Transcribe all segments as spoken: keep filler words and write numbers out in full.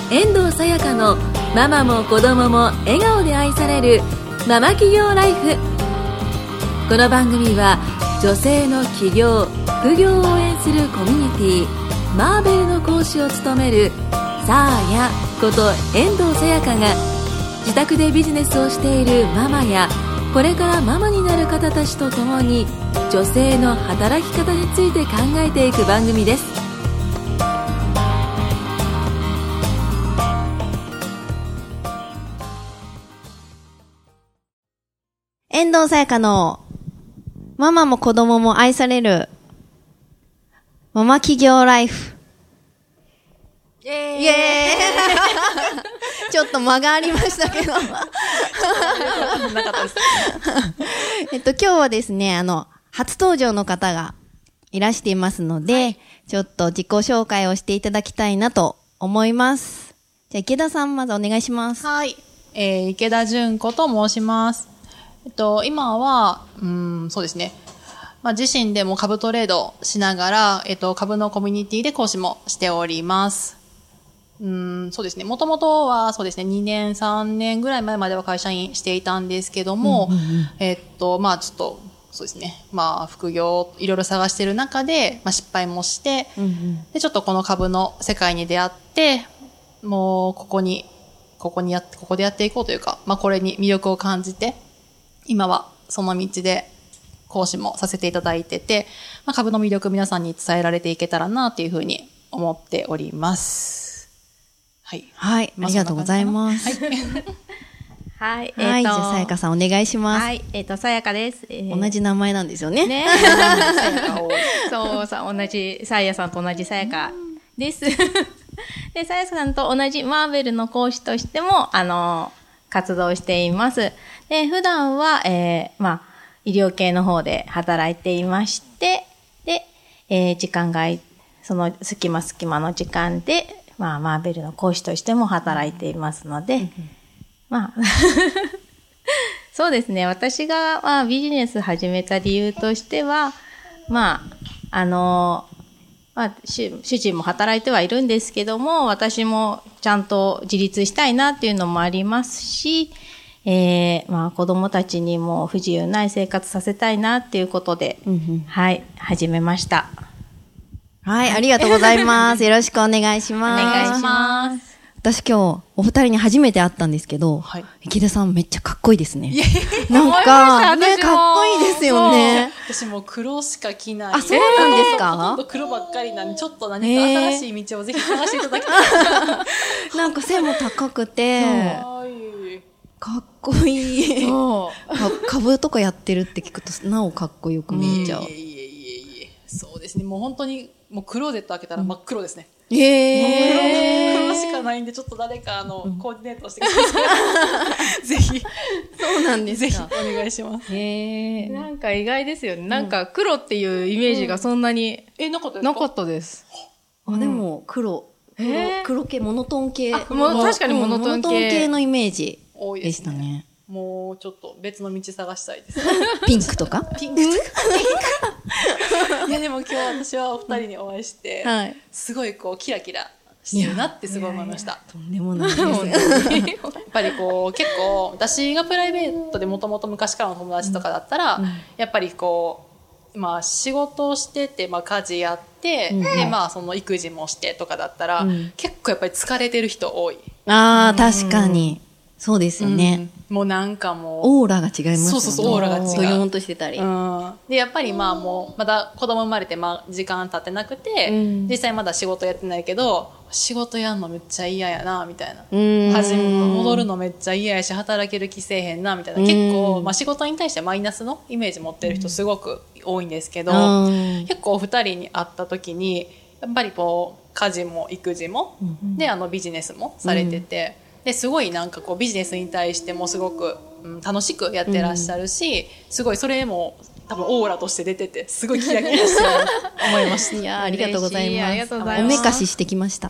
遠藤さやかのママも子供も笑顔で愛されるママ企業ライフ。この番組は女性の起業・副業を応援するコミュニティマーベルの講師を務めるさあやこと遠藤さやかが、自宅でビジネスをしているママやこれからママになる方たちと共に女性の働き方について考えていく番組です。 遠藤さやかのママも子供も愛されるママ企業ライフ。イエーイ、イエーイちょっと間がありましたけどなかったですえっと今日はですね、あの初登場の方がいらしていますので、はい、ちょっと自己紹介をしていただきたいなと思います。じゃあ池田さん、まずお願いします。 はい、えー、池田純子と申します。えっと今はうーんそうですね、まあ、自身でも株トレードしながら、えっと株のコミュニティで講師もしております。うーんそうですね、もともとはそうですね、にねんさんねんぐらい前までは会社員していたんですけども、うんうんうん、えっとまあちょっとそうですね、まあ副業いろいろ探している中で、まあ、失敗もして、うんうん、でちょっとこの株の世界に出会って、もうここにここにやってここでやっていこうというか、まあこれに魅力を感じて、今はその道で講師もさせていただいてて、まあ、株の魅力皆さんに伝えられていけたらなというふうに思っております。はい。 はい。ありがとうございます。 はい。はい。 えー、はい。じゃあ、さやかさんお願いします。 はい。えっ、ー、と、さやかです。 えー、同じ名前なんですよね。ね。 そうさ、同じ、さやさんと同じさやかです。で、さやさんと同じマーベルの講師としても、あの、活動しています。で、普段は、えー、まあ、医療系の方で働いていまして、で、えー、時間外、その隙間隙間の時間で、まあ、マーベルの講師としても働いていますので、うんうん、まあ、そうですね、私が、まあ、ビジネス始めた理由としては、まあ、あの、まあ、主人も働いてはいるんですけども、私もちゃんと自立したいなっていうのもありますし、えー、まあ子供たちにも不自由ない生活させたいなっていうことで、うんうん、はい、始めました。 はい、ありがとうございます。よろしくお願いします。 お願いします。 私今日お二人に初めて会ったんですけど、はい、池田さんめっちゃかっこいいですね。なんかね、かっこいいですよね。 私も黒しか着ない。 あ、そうなんですか？ ほとんど黒ばっかりなんで、ちょっと何か新しい道をぜひ探していただきたい。 なんか背も高くて、かっこいい。株とかやってるって聞くとなおかっこよく見えちゃう。いえいえいえいえ。そうですね。もう本当にもうクローゼット開けたら真っ黒ですね。 へえー。 黒しかないんで、ちょっと誰かあの、うん、コーディネートしてください。ぜひ。 そうなんですか。 ぜひお願いします。 へえ。なんか意外ですよね。なんか黒っていうイメージがそんなに、 うん、えなかったですか？ なかったです。 あ、でも黒黒黒系モノトーン系。 あ、もう確かにモノトーン系、 モノトーン系のイメージでしたね。 もうちょっと別の道探したいです。 ピンクとかピンクとか。いやでも今日私はお二人にお会いして、はい、すごいこうキラキラしてるなってすごい思いました。 とんでもないです。 やっぱりこう結構私がプライベートでもともと昔からの友達とかだったら、うん、やっぱりこうまあ仕事をしてて、まあ家事やって、うん、でまあその育児もしてとかだったら、うん、結構やっぱり疲れてる人多い。 ああ、確かに。そうですよね、 うん。もうなんかもう。 オーラが違いますよね。 そうそうそう、オーラが違う。 ドヨーンとしてたり。 うん。で、やっぱりまあもう、まだ子供生まれてまあ時間経ってなくて、うん、実際まだ仕事やってないけど、仕事やんのめっちゃ嫌やな、みたいな。始め、戻るのめっちゃ嫌やし、働ける気せえへんな、みたいな。結構、まあ仕事に対してマイナスのイメージ持ってる人すごく多いんですけど、結構お二人に会った時に、やっぱりこう、家事も育児も、うん、で、あのビジネスもされてて、うん、ですごいなんかこうビジネスに対してもすごく、うん、楽しくやってらっしゃるし、うん、すごいそれも多分オーラとして出ててすごいキラキラしてると思いました。 いやありがとうございます。ありがとうございます。おめかししてきました。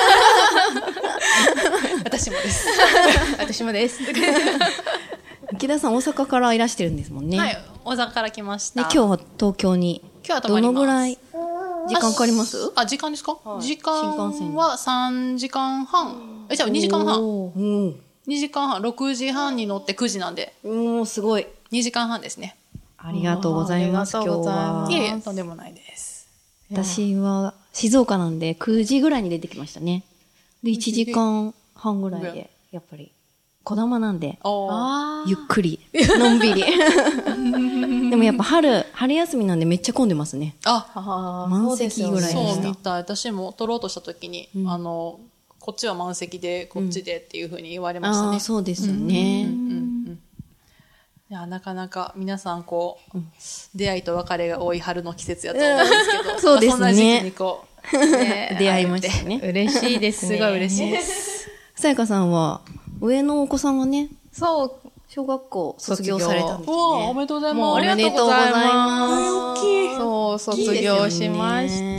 私もです。 私もです。 池田さん大阪からいらしてるんですもんね。 はい、大阪から来ました。 で今日は東京に。 今日は泊まります。 どのぐらい？ 時間かかります？ あ、時間ですか、 はい、 時間はさんじかんはん。え、じゃあにじかんはん。 うん。 にじかんはん。ろくじはんに乗ってくじなんで。 うん、すごい。 にじかんはんですね。 ありがとうございます、今日は。 いえいえ、とんでもないです。 私は静岡なんでくじぐらいに出てきましたね。で、いちじかんはんぐらいで、やっぱり、こだまなんで、ゆっくり、のんびり。でもやっぱ春、春休みなんでめっちゃ混んでますね。 あ、 満席ぐらいでした。 そうみたい。私も取ろうとした時に、うん、あの、こっちは満席で、こっちでっていうふうに言われましたね。 うん、あ、そうですよね。 うんうんうん、いや、なかなか皆さんこう、うん、出会いと別れが多い春の季節やと思うんですけど、 そうですね。 そんな時期にこう、 ね、出会いましたね。 嬉しいですね。 すごい嬉しいです。 さやかさんは、上のお子さんはね、 そう、 小学校卒業されたんですね。 おめでとうございます。 ありがとうございます。 そう、卒業しました。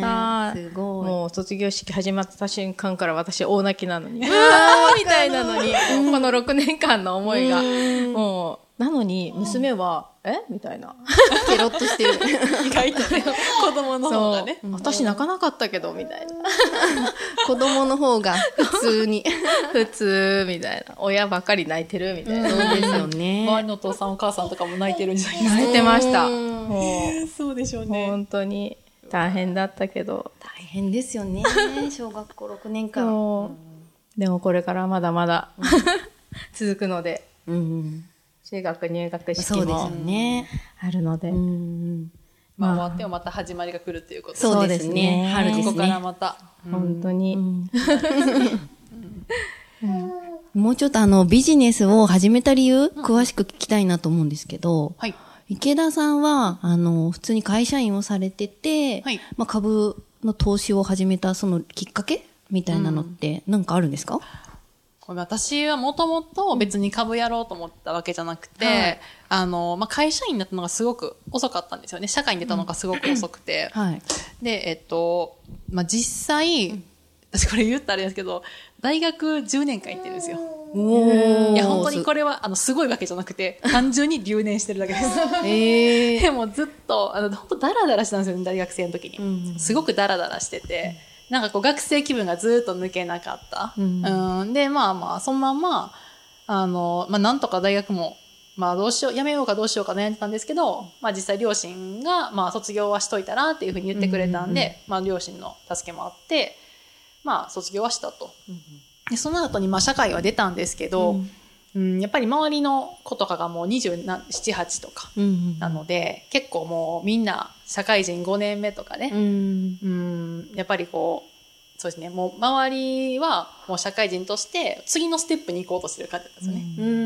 すごい。 もう卒業式始まった瞬間から私大泣きなのに、うわーみたいなのに、このろくねんかんの思いが、もう、なのに娘は、えみたいな。 ケロッとしてる。 意外とね、子供の方がね。 私泣かなかったけど、みたいな。 子供の方が普通に。 普通、みたいな。親ばっかり泣いてる、みたいな。 そうですよね。 周りのお父さんお母さんとかも泣いてるんじゃないですか。 泣いてました。 もうそうでしょうね。 本当に大変だったけど。 大変ですよね。小学校ろくねんかん。 でもこれからまだまだ続くので。 うん、 中学入学式もあるので。 うん、 まあ終わってもまた始まりが来るということですね。そうですね。春ですね。 ここからまた。 本当に。 もうちょっとあのビジネスを始めた理由、詳しく聞きたいなと思うんですけど、 はい、 池田さんはあの普通に会社員をされてて、はい、まあ、株の投資を始めたそのきっかけみたいなのって何かあるんですか？ これ私はもともと別に株やろうと思ったわけじゃなくて、はい、あの、まあ、会社員になったのがすごく遅かったんですよね。社会に出たのがすごく遅くて。 はい、 で、えっと、まあ、実際、うん、私これ言ったらあれですけど、大学じゅうねんかん行ってるんですよ。いや、本当にこれは、あの、すごいわけじゃなくて、単純に留年してるだけです。 えー、 でもずっと、あの、本当ダラダラしてたんですよね、大学生の時に。うん、すごくダラダラしてて、なんかこう学生気分がずっと抜けなかった。うん、うんで、まあまあ、そのまま、あの、まあなんとか大学も、まあどうしよう、やめようかどうしようか悩んでたんですけど、まあ実際両親が、まあ卒業はしといたらっていうふうに言ってくれたんで、うんうんうん、まあ両親の助けもあって、まあ卒業はしたと。うんうん、でその後にまあ社会は出たんですけど、うんうん、やっぱり周りの子とかがもうにじゅうなな、はちとかなので、うんうん、結構もうみんな社会人ごねんめとかね、うんうん、やっぱりこう、そうですね、もう周りはもう社会人として次のステップに行こうとしてる感じなんですよね。うんうん、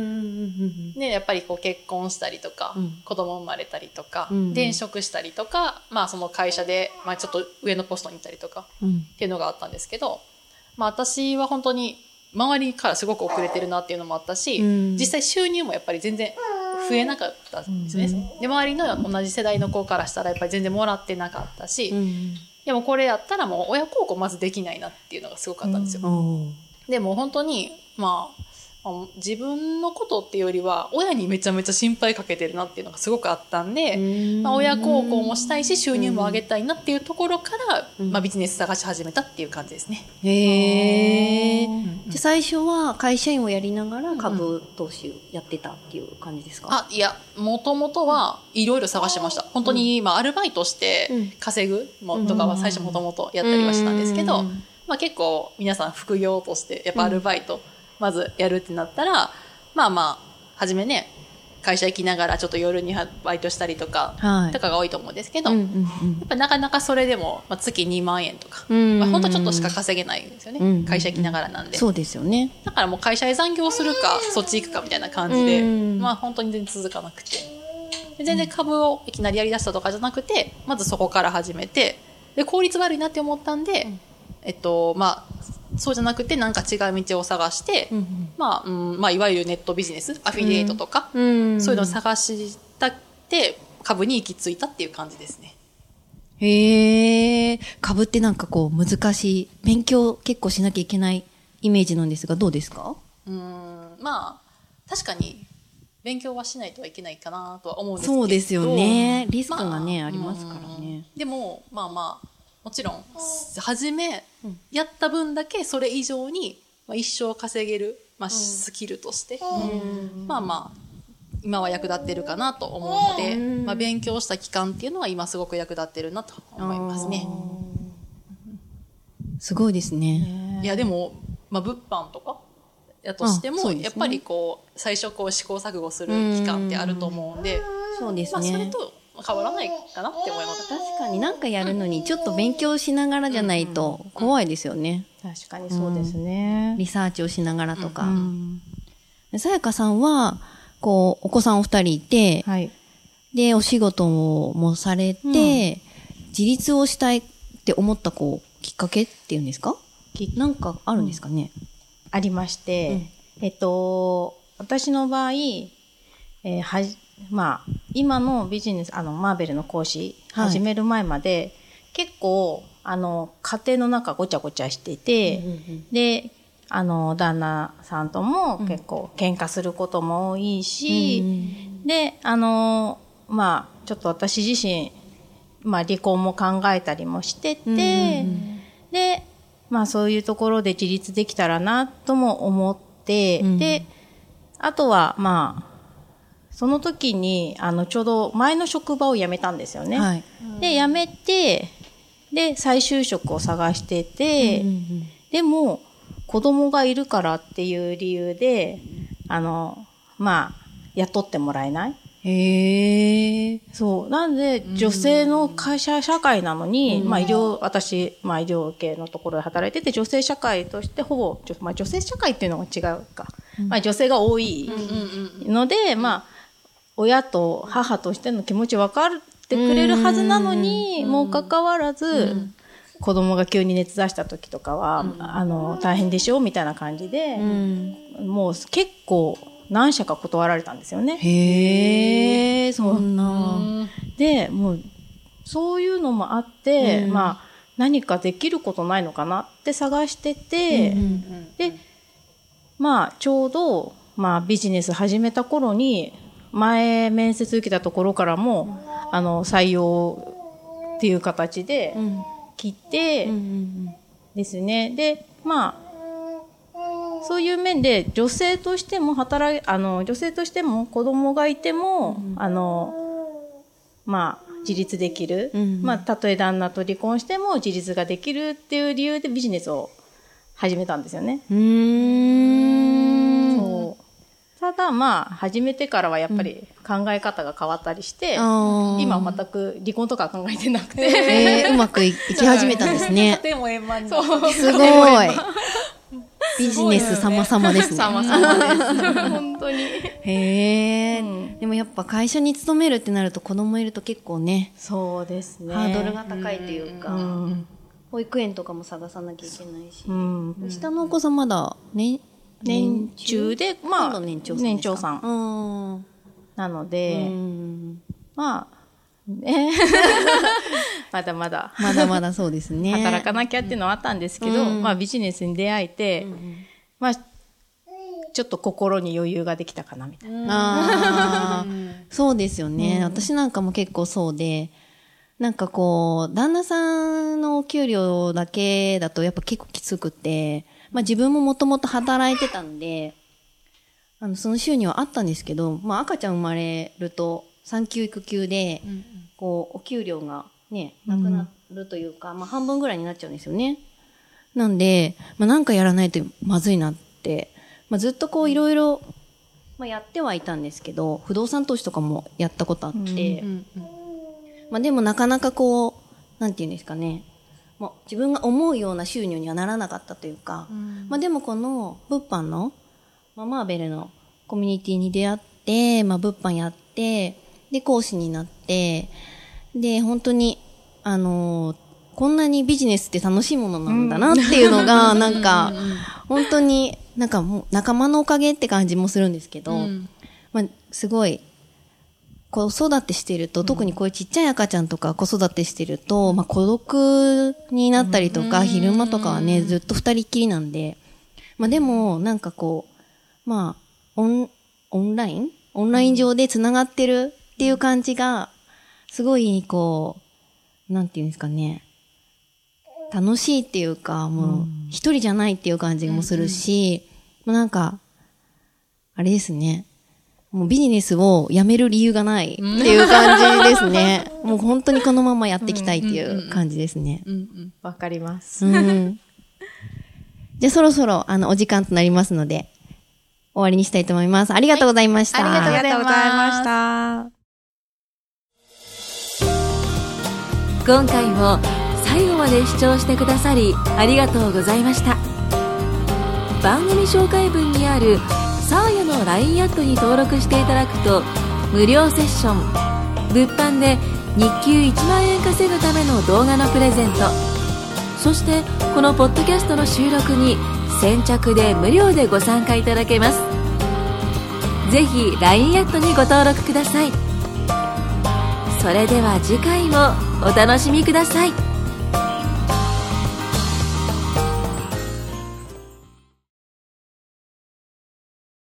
で、やっぱりこう結婚したりとか、うん、子供生まれたりとか、うん、転職したりとか、まあその会社で、まあちょっと上のポストに行ったりとか、うん、っていうのがあったんですけど、まあ私は本当に周りからすごく遅れてるなっていうのもあったし、うん、実際収入もやっぱり全然増えなかったんですよね。うん、で、周りの同じ世代の子からしたらやっぱり全然もらってなかったし、うん、でもこれやったらもう親孝行まずできないなっていうのがすごかったんですよ。うん、でも本当に、まあ、自分のことっていうよりは親にめちゃめちゃ心配かけてるなっていうのがすごくあったんで、まあ、親孝行もしたいし収入も上げたいなっていうところから、まあ、ビジネス探し始めたっていう感じですね。 へー。じゃあ最初は会社員をやりながら株投資をやってたっていう感じですか？ あ、いや、もともとはいろいろ探してました。本当に、まあ、アルバイトして稼ぐもとかは最初もともとやったりはしたんですけど、まあ、結構皆さん副業としてやっぱアルバイト、まずやるってなったら、まあまあ、はじめね、会社行きながらちょっと夜にバイトしたりとか、はい、とかが多いと思うんですけど、うんうんうん、やっぱなかなかそれでも、まあ、月にまんえんとか、うんうんまあ、ほんとちょっとしか稼げないんですよね、うんうん。会社行きながらなんで。 そうですよね。 だからもう会社で残業するか、そっち行くかみたいな感じで、うん、まあ本当に全然続かなくて。全然株をいきなりやり出したとかじゃなくて、まずそこから始めて、で、効率悪いなって思ったんで、うん、えっと、まあ、そうじゃなくてなんか違う道を探して、うんうん、まあ、うん、まあ、いわゆるネットビジネス、アフィリエイトとか、うん、そういうのを探したって株に行き着いたっていう感じですね。 へー。株ってなんかこう難しい、勉強結構しなきゃいけないイメージなんですが、どうですか？ うーん、まあ、確かに勉強はしないとはいけないかなとは思うんですけど。 そうですよね。リスクがね、まあ、ありますからね。 でも、まあまあ、 もちろん、初め、やった分だけそれ以上に、まあ、一生稼げる、まあ、スキルとして、うん、まあまあ、今は役立ってるかなと思うので、まあ、勉強した期間っていうのは今すごく役立ってるなと思いますね。 すごいですね。 いや、でも、まあ、物販とか、やとしても、ね、やっぱりこう、最初こう試行錯誤する期間ってあると思うんで、 そうですね。 まあ、それと変わらないかなって思います。 確かになんかやるのにちょっと勉強しながらじゃないと怖いですよね。 うんうん、確かにそうですね、 うん。リサーチをしながらとか。さやかさんは、こう、お子さんお二人いて、はい、で、お仕事もされて、うん、自立をしたいって思ったこう、きっかけっていうんですか？なんかあるんですかね？うん、 ありまして、うん、えっと、私の場合、えー、はじ、まあ、今のビジネス、あの、マーベルの講師始める前まで、はい、結構、あの、家庭の中ごちゃごちゃしてて、うんうんうん、で、あの、旦那さんとも結構喧嘩することも多いし、うんうん、で、あの、まあ、ちょっと私自身、まあ、離婚も考えたりもしてて、うんうんうん、で、まあ、そういうところで自立できたらなとも思って、うん、で、あとは、まあ、その時に、あの、ちょうど前の職場を辞めたんですよね。はい、で、辞めて、で、再就職を探してて、うんうんうん、でも、子供がいるからっていう理由で、あの、まあ、雇ってもらえない。 へー。 そう。なんで、女性の会社社会なのに、まあ、医療、私、まあ、医療系のところで働いてて、女性社会としてほぼ、まあ、女性社会っていうのが違うか。まあ、女性が多いので、まあ、親と母としての気持ち分かってくれるはずなのに、もうかかわらず、子供が急に熱出した時とかは、あの、大変でしょみたいな感じで、もう結構何社か断られたんですよね。 へー、そんな。 で、もう、そういうのもあって、まあ、何かできることないのかなって探してて、で、まあ、ちょうど、まあ、ビジネス始めた頃に、前面接受けたところからも、うん、あの採用っていう形で来て、うん、ですね。で、まあそういう面で女性としても働いあの女性としても子供がいても、うん、あのまあ自立できる、うん、まあたとえ旦那と離婚しても自立ができるっていう理由でビジネスを始めたんですよね。うーん。そう。ただまあ始めてからはやっぱり考え方が変わったりして、うん、今は全く離婚とか考えてなくて、 えー、うまくいき始めたんですね。 家庭も円満に。 そう。すごい。ビジネス様々ですね。 様々です。本当に。 へえ、うん。でもやっぱ会社に勤めるってなると子供いると結構ね。 そうですね。 ハードルが高いというか、うん、保育園とかも探さなきゃいけないし。うん、下のお子さんまだね、 年中で、まあ、 年長さん。 年長さん。うん、なので、うん、まあ、ね、まだまだ。 まだまだそうですね。 働かなきゃっていうのはあったんですけど、うん、まあビジネスに出会えて、うん、まあ、ちょっと心に余裕ができたかなみたいな。 あそうですよね、うん。私なんかも結構そうで、なんかこう、旦那さんのお給料だけだとやっぱ結構きつくて、まあ自分ももともと働いてたんで、あの、その収入はあったんですけど、まあ赤ちゃん生まれると産休育休で、うん、こう、お給料がね、なくなるというか、うん、まあ半分ぐらいになっちゃうんですよね。なんで、まあなんかやらないとまずいなって、まあずっとこういろいろ、まあやってはいたんですけど、不動産投資とかもやったことあって、うんうんうん、まあでもなかなかこう、なんていうんですかね、もう自分が思うような収入にはならなかったというか、うん、まあでもこの物販の、まあ、マーベルのコミュニティに出会って、まあ物販やって、で講師になって、で本当に、あのー、こんなにビジネスって楽しいものなんだなっていうのが、なんか、本当になんかもう仲間のおかげって感じもするんですけど、うん、まあすごい、子育てしてると、特にこういうちっちゃい赤ちゃんとか子育てしてると、まあ孤独になったりとか、昼間とかはね、ずっと二人っきりなんで、まあでも、なんかこう、まあ、オン、オンラインオンライン上で繋がってるっていう感じが、すごいこう、なんていうんですかね、 楽しいっていうか、もう一人じゃないっていう感じもするし、もうなんか、あれですね。もうビジネスをやめる理由がないっていう感じですね。もう本当にこのままやっていきたいっていう感じですね。 わかります。 うん、じゃあそろそろあのお時間となりますので、終わりにしたいと思います。ありがとうございました。 はい、ありがとうございました。 今回も最後まで視聴してくださりありがとうございました。番組紹介文にあるサーヤの ライン アットに登録していただくと無料セッション、物販で日給いちまんえん稼ぐための動画のプレゼント、そしてこのポッドキャストの収録に先着で無料でご参加いただけます。ぜひ ライン アットにご登録ください。それでは次回もお楽しみください。